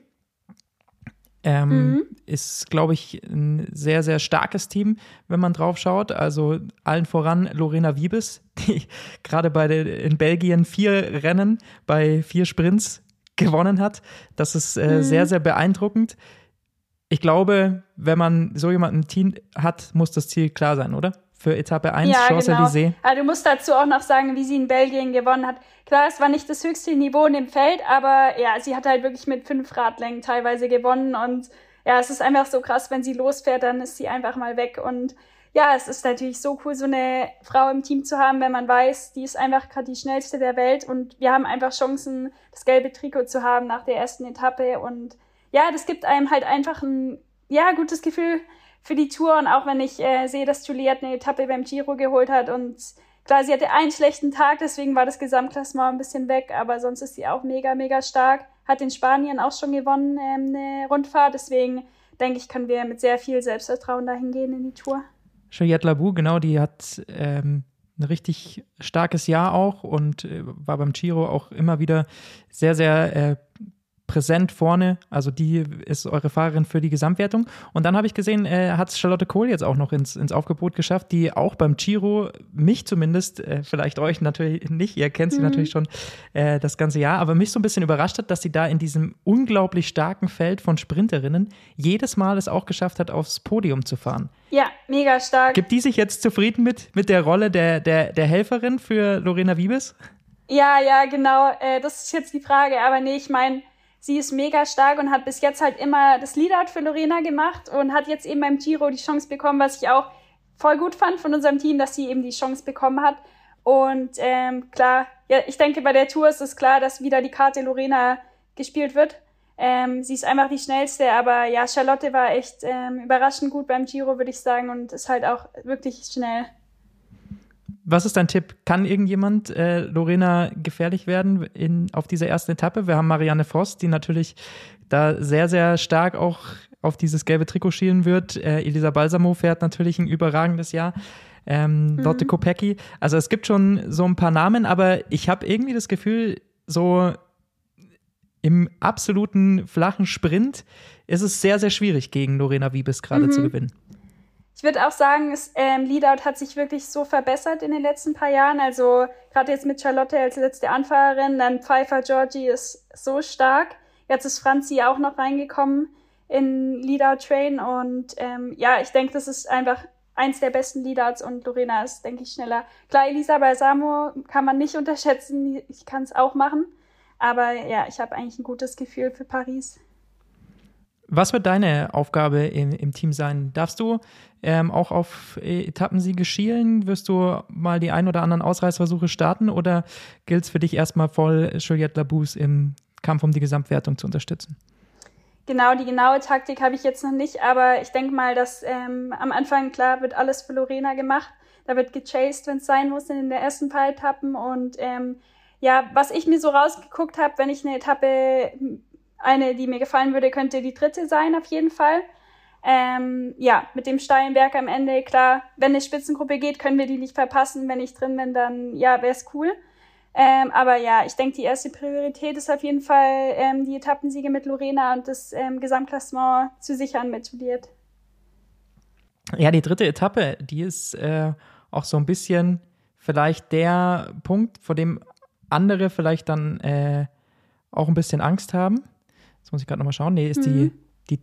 Ähm, mhm. Ist, glaube ich, ein sehr, sehr starkes Team, wenn man drauf schaut. Also allen voran Lorena Wiebes, die gerade bei den, in Belgien vier Rennen bei vier Sprints gewonnen hat. Das ist äh, mhm. sehr, sehr beeindruckend. Ich glaube, wenn man so jemanden im Team hat, muss das Ziel klar sein, oder? Für Etappe eins, ja, Champs-Élysées. Genau. Also du musst dazu auch noch sagen, wie sie in Belgien gewonnen hat. Klar, es war nicht das höchste Niveau in dem Feld, aber ja, sie hat halt wirklich mit fünf Radlängen teilweise gewonnen und ja, es ist einfach so krass, wenn sie losfährt, dann ist sie einfach mal weg und ja, es ist natürlich so cool, so eine Frau im Team zu haben, wenn man weiß, die ist einfach gerade die schnellste der Welt und wir haben einfach Chancen, das gelbe Trikot zu haben nach der ersten Etappe und ja, das gibt einem halt einfach ein ja gutes Gefühl für die Tour. Und auch wenn ich äh, sehe, dass Juliette eine Etappe beim Giro geholt hat. Und klar, sie hatte einen schlechten Tag, deswegen war das Gesamtklassement ein bisschen weg. Aber sonst ist sie auch mega, mega stark. Hat in Spanien auch schon gewonnen, ähm, eine Rundfahrt. Deswegen denke ich, können wir mit sehr viel Selbstvertrauen dahin gehen in die Tour. Juliette Labou, genau, die hat ähm, ein richtig starkes Jahr auch und äh, war beim Giro auch immer wieder sehr, sehr äh, präsent vorne, also die ist eure Fahrerin für die Gesamtwertung. Und dann habe ich gesehen, äh, hat es Charlotte Kohl jetzt auch noch ins, ins Aufgebot geschafft, die auch beim Giro, mich zumindest, äh, vielleicht euch natürlich nicht, ihr kennt sie mhm. natürlich schon äh, das ganze Jahr, aber mich so ein bisschen überrascht hat, dass sie da in diesem unglaublich starken Feld von Sprinterinnen jedes Mal es auch geschafft hat, aufs Podium zu fahren. Ja, mega stark. Gibt die sich jetzt zufrieden mit, mit der Rolle der, der, der Helferin für Lorena Wiebes? Ja, ja, genau, äh, das ist jetzt die Frage, aber nee, ich meine, sie ist mega stark und hat bis jetzt halt immer das Leadout für Lorena gemacht und hat jetzt eben beim Giro die Chance bekommen, was ich auch voll gut fand von unserem Team, dass sie eben die Chance bekommen hat. Und ähm, klar, ja, ich denke, bei der Tour ist es klar, dass wieder die Karte Lorena gespielt wird. Ähm, sie ist einfach die schnellste, aber ja, Charlotte war echt ähm, überraschend gut beim Giro, würde ich sagen, und ist halt auch wirklich schnell. Was ist dein Tipp? Kann irgendjemand äh, Lorena gefährlich werden in, auf dieser ersten Etappe? Wir haben Marianne Vos, die natürlich da sehr, sehr stark auch auf dieses gelbe Trikot schielen wird. Äh, Elisa Balsamo fährt natürlich ein überragendes Jahr. Ähm, mhm. Lotte Kopecky. Also es gibt schon so ein paar Namen, aber ich habe irgendwie das Gefühl, so im absoluten flachen Sprint ist es sehr, sehr schwierig, gegen Lorena Wiebes gerade mhm. zu gewinnen. Ich würde auch sagen, das ähm, Leadout hat sich wirklich so verbessert in den letzten paar Jahren. Also gerade jetzt mit Charlotte als letzte Anfahrerin, dann Pfeiffer Georgie ist so stark. Jetzt ist Franzi auch noch reingekommen in Leadout Train. Und ähm, ja, ich denke, das ist einfach eins der besten Leadouts und Lorena ist, denke ich, schneller. Klar, Elisa Balsamo kann man nicht unterschätzen. Ich kann es auch machen. Aber ja, ich habe eigentlich ein gutes Gefühl für Paris. Was wird deine Aufgabe im, im Team sein? Darfst du ähm, auch auf Etappensiege schielen? Wirst du mal die ein oder anderen Ausreißversuche starten oder gilt es für dich erstmal voll, Juliette Labous im Kampf um die Gesamtwertung zu unterstützen? Genau, die genaue Taktik habe ich jetzt noch nicht, aber ich denke mal, dass ähm, am Anfang, klar, wird alles für Lorena gemacht. Da wird gechased, wenn es sein muss, in den ersten paar Etappen. Und ähm, ja, was ich mir so rausgeguckt habe, wenn ich eine Etappe... Eine, die mir gefallen würde, könnte die dritte sein, auf jeden Fall. Ähm, ja, mit dem steilen Berg am Ende, klar, wenn eine Spitzengruppe geht, können wir die nicht verpassen. Wenn ich drin bin, dann, ja, wäre es cool. Ähm, aber ja, ich denke, die erste Priorität ist auf jeden Fall, ähm, die Etappensiege mit Lorena und das ähm, Gesamtklassement zu sichern mit Juliette. Ja, die dritte Etappe, die ist äh, auch so ein bisschen vielleicht der Punkt, vor dem andere vielleicht dann äh, auch ein bisschen Angst haben. Jetzt muss ich gerade nochmal schauen. Nee, ist Mhm. die, die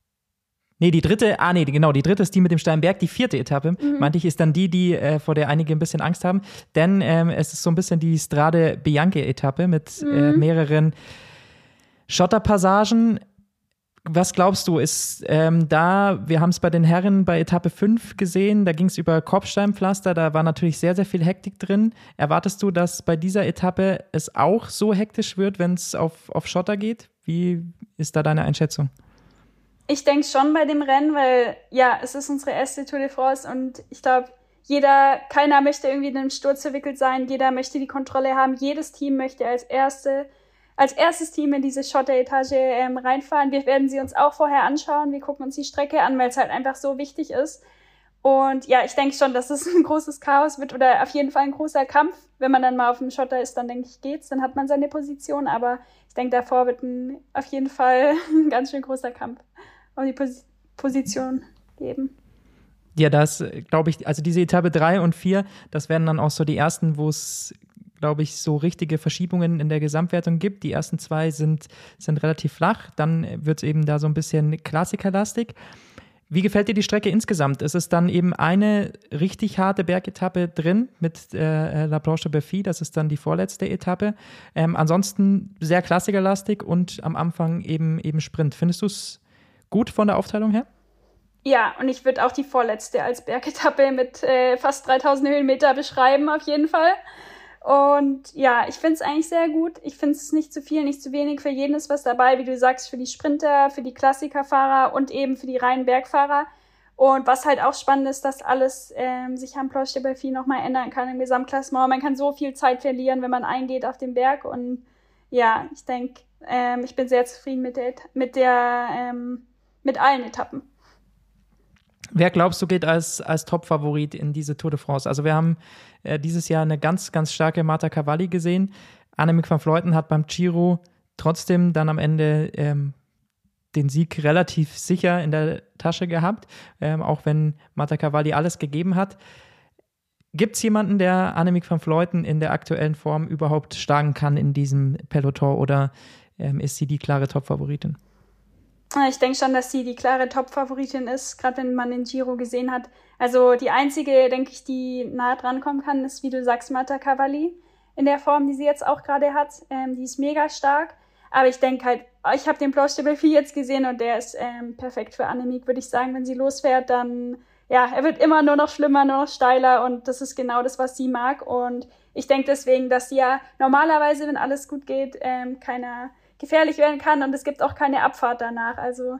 Nee, die dritte, ah nee, genau, die dritte ist die mit dem steilen Berg. Die vierte Etappe, Mhm. meinte ich, ist dann die, die äh, vor der einige ein bisschen Angst haben. Denn ähm, es ist so ein bisschen die Strade Bianche-Etappe mit Mhm. äh, mehreren Schotterpassagen. Was glaubst du, ist ähm, da, wir haben es bei den Herren bei Etappe fünf gesehen, da ging es über Kopfsteinpflaster, da war natürlich sehr, sehr viel Hektik drin. Erwartest du, dass bei dieser Etappe es auch so hektisch wird, wenn es auf, auf Schotter geht? Wie ist da deine Einschätzung? Ich denke schon bei dem Rennen, weil ja, es ist unsere erste Tour de France und ich glaube, jeder, keiner möchte irgendwie in einem Sturz verwickelt sein, jeder möchte die Kontrolle haben, jedes Team möchte als erste, als erstes Team in diese Schotteretage ähm, reinfahren. Wir werden sie uns auch vorher anschauen, wir gucken uns die Strecke an, weil es halt einfach so wichtig ist. Und ja, ich denke schon, dass es ein großes Chaos wird oder auf jeden Fall ein großer Kampf. Wenn man dann mal auf dem Schotter ist, dann denke ich, geht's, dann hat man seine Position, aber ich denke, davor wird ein, auf jeden Fall ein ganz schön großer Kampf um die Pos- Position geben. Ja, das glaube ich, also diese Etappe drei und vier, das werden dann auch so die ersten, wo es, glaube ich, so richtige Verschiebungen in der Gesamtwertung gibt. Die ersten zwei sind, sind relativ flach, dann wird es eben da so ein bisschen klassikerlastig. Wie gefällt dir die Strecke insgesamt? Ist es dann eben eine richtig harte Bergetappe drin mit äh, La Planche de Belfi, das ist dann die vorletzte Etappe. Ähm, ansonsten sehr klassikerlastig und am Anfang eben, eben Sprint. Findest du es gut von der Aufteilung her? Ja, und ich würde auch die vorletzte als Bergetappe mit äh, fast dreitausend Höhenmeter beschreiben, auf jeden Fall. Und ja, ich finde es eigentlich sehr gut. Ich finde es nicht zu viel, nicht zu wenig. Für jeden ist was dabei, wie du sagst, für die Sprinter, für die Klassikerfahrer und eben für die reinen Bergfahrer. Und was halt auch spannend ist, dass alles ähm, sich am Planche de Belfi nochmal ändern kann im Gesamtklassement. Man kann so viel Zeit verlieren, wenn man eingeht auf den Berg. Und ja, ich denke, ähm, ich bin sehr zufrieden mit der, mit der, ähm, mit allen Etappen. Wer glaubst du geht als, als Top-Favorit in diese Tour de France? Also wir haben äh, dieses Jahr eine ganz, ganz starke Marta Cavalli gesehen. Annemiek van Vleuten hat beim Giro trotzdem dann am Ende ähm, den Sieg relativ sicher in der Tasche gehabt, ähm, auch wenn Marta Cavalli alles gegeben hat. Gibt es jemanden, der Annemiek van Vleuten in der aktuellen Form überhaupt schlagen kann in diesem Peloton oder ähm, ist sie die klare Top-Favoritin? Ich denke schon, dass sie die klare Top-Favoritin ist, gerade wenn man den Giro gesehen hat. Also die einzige, denke ich, die nahe dran kommen kann, ist, wie du sagst, Marta Cavalli in der Form, die sie jetzt auch gerade hat. Ähm, die ist mega stark. Aber ich denke halt, ich habe den Planche de Belfi jetzt gesehen und der ist ähm, perfekt für Annemiek, würde ich sagen. Wenn sie losfährt, dann, ja, er wird immer nur noch schlimmer, nur noch steiler und das ist genau das, was sie mag. Und ich denke deswegen, dass sie ja normalerweise, wenn alles gut geht, ähm, keiner gefährlich werden kann und es gibt auch keine Abfahrt danach, also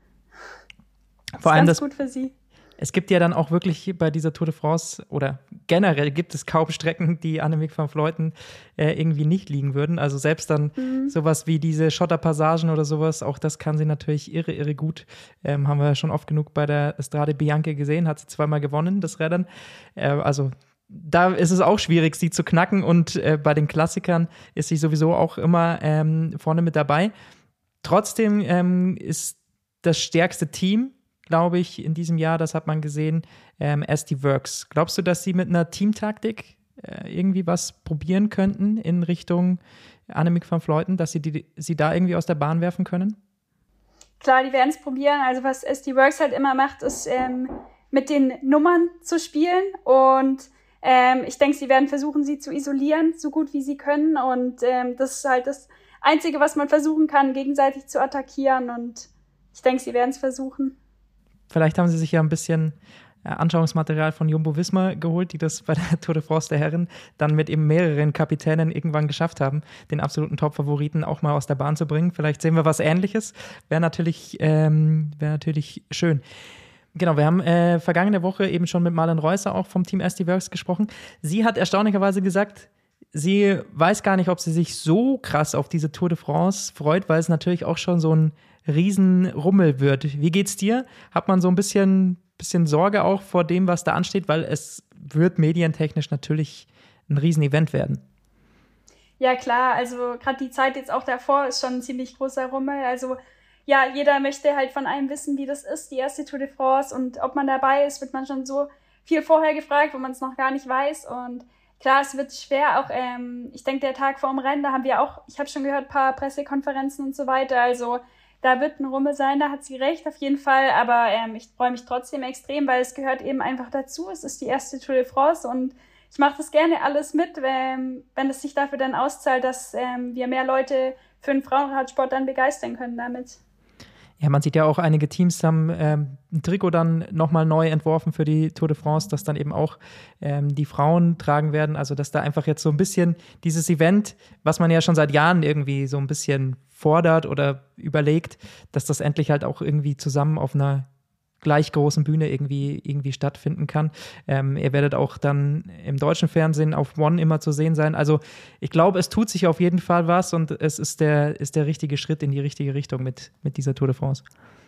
vor allem ganz das, gut für sie. Es gibt ja dann auch wirklich bei dieser Tour de France oder generell gibt es kaum Strecken, die Annemiek van Vleuten äh, irgendwie nicht liegen würden. Also selbst dann mhm. sowas wie diese Schotterpassagen oder sowas, auch das kann sie natürlich irre, irre gut. Ähm, haben wir ja schon oft genug bei der Strade Bianche gesehen, hat sie zweimal gewonnen, das Rennen. Äh, also da ist es auch schwierig, sie zu knacken und äh, bei den Klassikern ist sie sowieso auch immer ähm, vorne mit dabei. Trotzdem ähm, ist das stärkste Team, glaube ich, in diesem Jahr, das hat man gesehen, ähm, S D Works. Glaubst du, dass sie mit einer Teamtaktik äh, irgendwie was probieren könnten in Richtung Annemiek van Vleuten, dass sie die, sie da irgendwie aus der Bahn werfen können? Klar, die werden es probieren. Also was S D Works halt immer macht, ist ähm, mit den Nummern zu spielen und Ähm, ich denke, sie werden versuchen, sie zu isolieren, so gut wie sie können. Und ähm, das ist halt das Einzige, was man versuchen kann, gegenseitig zu attackieren. Und ich denke, sie werden es versuchen. Vielleicht haben sie sich ja ein bisschen äh, Anschauungsmaterial von Jumbo-Visma geholt, die das bei der Tour de France der Herren dann mit eben mehreren Kapitänen irgendwann geschafft haben, den absoluten Top-Favoriten auch mal aus der Bahn zu bringen. Vielleicht sehen wir was Ähnliches. Wäre natürlich, ähm, wäre natürlich schön. Genau, wir haben äh, vergangene Woche eben schon mit Marlen Reusser auch vom Team S D Works gesprochen. Sie hat erstaunlicherweise gesagt, sie weiß gar nicht, ob sie sich so krass auf diese Tour de France freut, weil es natürlich auch schon so ein Riesenrummel wird. Wie geht's dir? Hat man so ein bisschen, bisschen Sorge auch vor dem, was da ansteht, weil es wird medientechnisch natürlich ein Riesenevent werden. Ja klar, also gerade die Zeit jetzt auch davor ist schon ein ziemlich großer Rummel, also ja, jeder möchte halt von einem wissen, wie das ist, die erste Tour de France und ob man dabei ist, wird man schon so viel vorher gefragt, wo man es noch gar nicht weiß und klar, es wird schwer, auch ähm, ich denke, der Tag vor dem Rennen, da haben wir auch, ich habe schon gehört, ein paar Pressekonferenzen und so weiter, also da wird ein Rummel sein, da hat sie recht, auf jeden Fall, aber ähm, ich freue mich trotzdem extrem, weil es gehört eben einfach dazu, es ist die erste Tour de France und ich mache das gerne alles mit, wenn, wenn es sich dafür dann auszahlt, dass ähm, wir mehr Leute für den Frauenradsport dann begeistern können damit. Ja, man sieht ja auch, einige Teams haben ähm, ein Trikot dann nochmal neu entworfen für die Tour de France, das dann eben auch ähm, die Frauen tragen werden. Also dass da einfach jetzt so ein bisschen dieses Event, was man ja schon seit Jahren irgendwie so ein bisschen fordert oder überlegt, dass das endlich halt auch irgendwie zusammen auf einer gleich großen Bühne irgendwie, irgendwie stattfinden kann. Ähm, ihr werdet auch dann im deutschen Fernsehen auf One immer zu sehen sein. Also ich glaube, es tut sich auf jeden Fall was und es ist der, ist der richtige Schritt in die richtige Richtung mit, mit dieser Tour de France.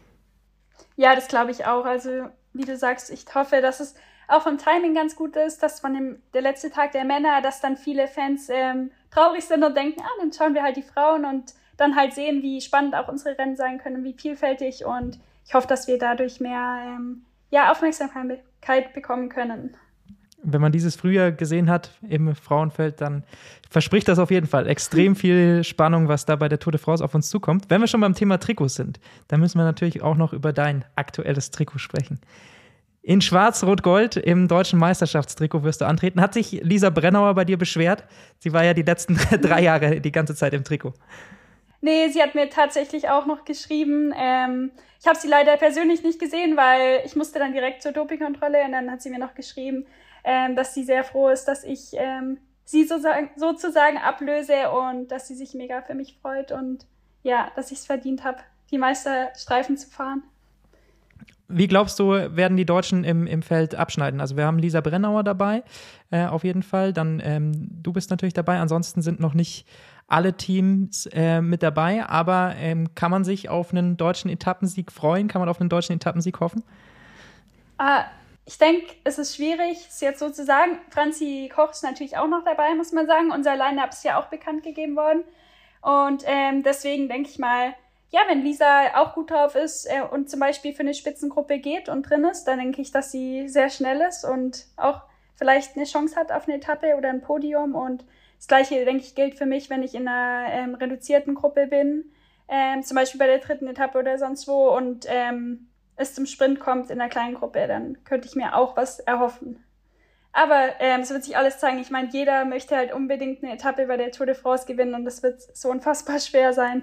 Ja, das glaube ich auch. Also wie du sagst, ich hoffe, dass es auch vom Timing ganz gut ist, dass von dem der letzte Tag der Männer, dass dann viele Fans ähm, traurig sind und denken, ah, dann schauen wir halt die Frauen und dann halt sehen, wie spannend auch unsere Rennen sein können, wie vielfältig und ich hoffe, dass wir dadurch mehr ähm, ja, Aufmerksamkeit bekommen können. Wenn man dieses Frühjahr gesehen hat im Frauenfeld, dann verspricht das auf jeden Fall extrem viel Spannung, was da bei der Tour de France auf uns zukommt. Wenn wir schon beim Thema Trikots sind, dann müssen wir natürlich auch noch über dein aktuelles Trikot sprechen. In Schwarz-Rot-Gold im deutschen Meisterschaftstrikot wirst du antreten. Hat sich Lisa Brennauer bei dir beschwert? Sie war ja die letzten drei Jahre die ganze Zeit im Trikot. Nee, sie hat mir tatsächlich auch noch geschrieben. Ähm, ich habe sie leider persönlich nicht gesehen, weil ich musste dann direkt zur Dopingkontrolle und dann hat sie mir noch geschrieben, ähm, dass sie sehr froh ist, dass ich ähm, sie sozusagen, sozusagen ablöse und dass sie sich mega für mich freut und ja, dass ich es verdient habe, die Meisterstreifen zu fahren. Wie glaubst du, werden die Deutschen im, im Feld abschneiden? Also wir haben Lisa Brennauer dabei, äh, auf jeden Fall. Dann ähm, du bist natürlich dabei. Ansonsten sind noch nicht alle Teams äh, mit dabei. Aber ähm, kann man sich auf einen deutschen Etappensieg freuen? Kann man auf einen deutschen Etappensieg hoffen? Ah, ich denke, es ist schwierig, es jetzt so zu sagen. Franzi Koch ist natürlich auch noch dabei, muss man sagen. Unser Line-Up ist ja auch bekannt gegeben worden. Und ähm, deswegen denke ich mal, ja, wenn Lisa auch gut drauf ist äh, und zum Beispiel für eine Spitzengruppe geht und drin ist, dann denke ich, dass sie sehr schnell ist und auch vielleicht eine Chance hat auf eine Etappe oder ein Podium. Und das Gleiche, denke ich, gilt für mich, wenn ich in einer ähm, reduzierten Gruppe bin, ähm, zum Beispiel bei der dritten Etappe oder sonst wo und ähm, es zum Sprint kommt in einer kleinen Gruppe, dann könnte ich mir auch was erhoffen. Aber ähm, es wird sich alles zeigen. Ich meine, jeder möchte halt unbedingt eine Etappe bei der Tour de France gewinnen und das wird so unfassbar schwer sein.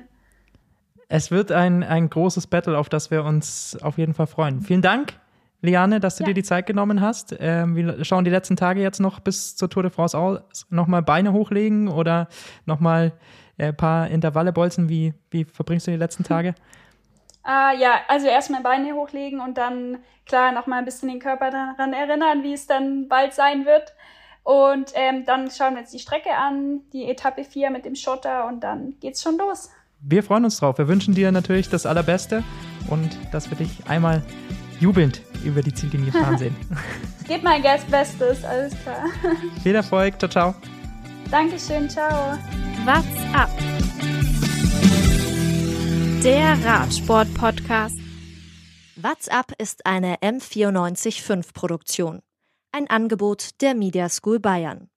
Es wird ein, ein großes Battle, auf das wir uns auf jeden Fall freuen. Vielen Dank, Liane, dass du ja. dir die Zeit genommen hast. Ähm, wir schauen die letzten Tage jetzt noch bis zur Tour de France aus. Nochmal Beine hochlegen oder nochmal ein äh, paar Intervalle bolzen. Wie, wie verbringst du die letzten Tage? Ah, ja, also erstmal Beine hochlegen und dann, klar, nochmal ein bisschen den Körper daran erinnern, wie es dann bald sein wird. Und ähm, dann schauen wir uns die Strecke an, die Etappe vier mit dem Schotter und dann geht's schon los. Wir freuen uns drauf. Wir wünschen dir natürlich das Allerbeste und dass wir dich einmal jubelnd über die Ziellinie fahren sehen. Gebt mein Bestes, alles klar. Viel Erfolg, ciao, ciao. Dankeschön, ciao. What's up? Der Radsport-Podcast. What's up ist eine M vierundneunzig Komma fünf Produktion. Ein Angebot der Media School Bayern.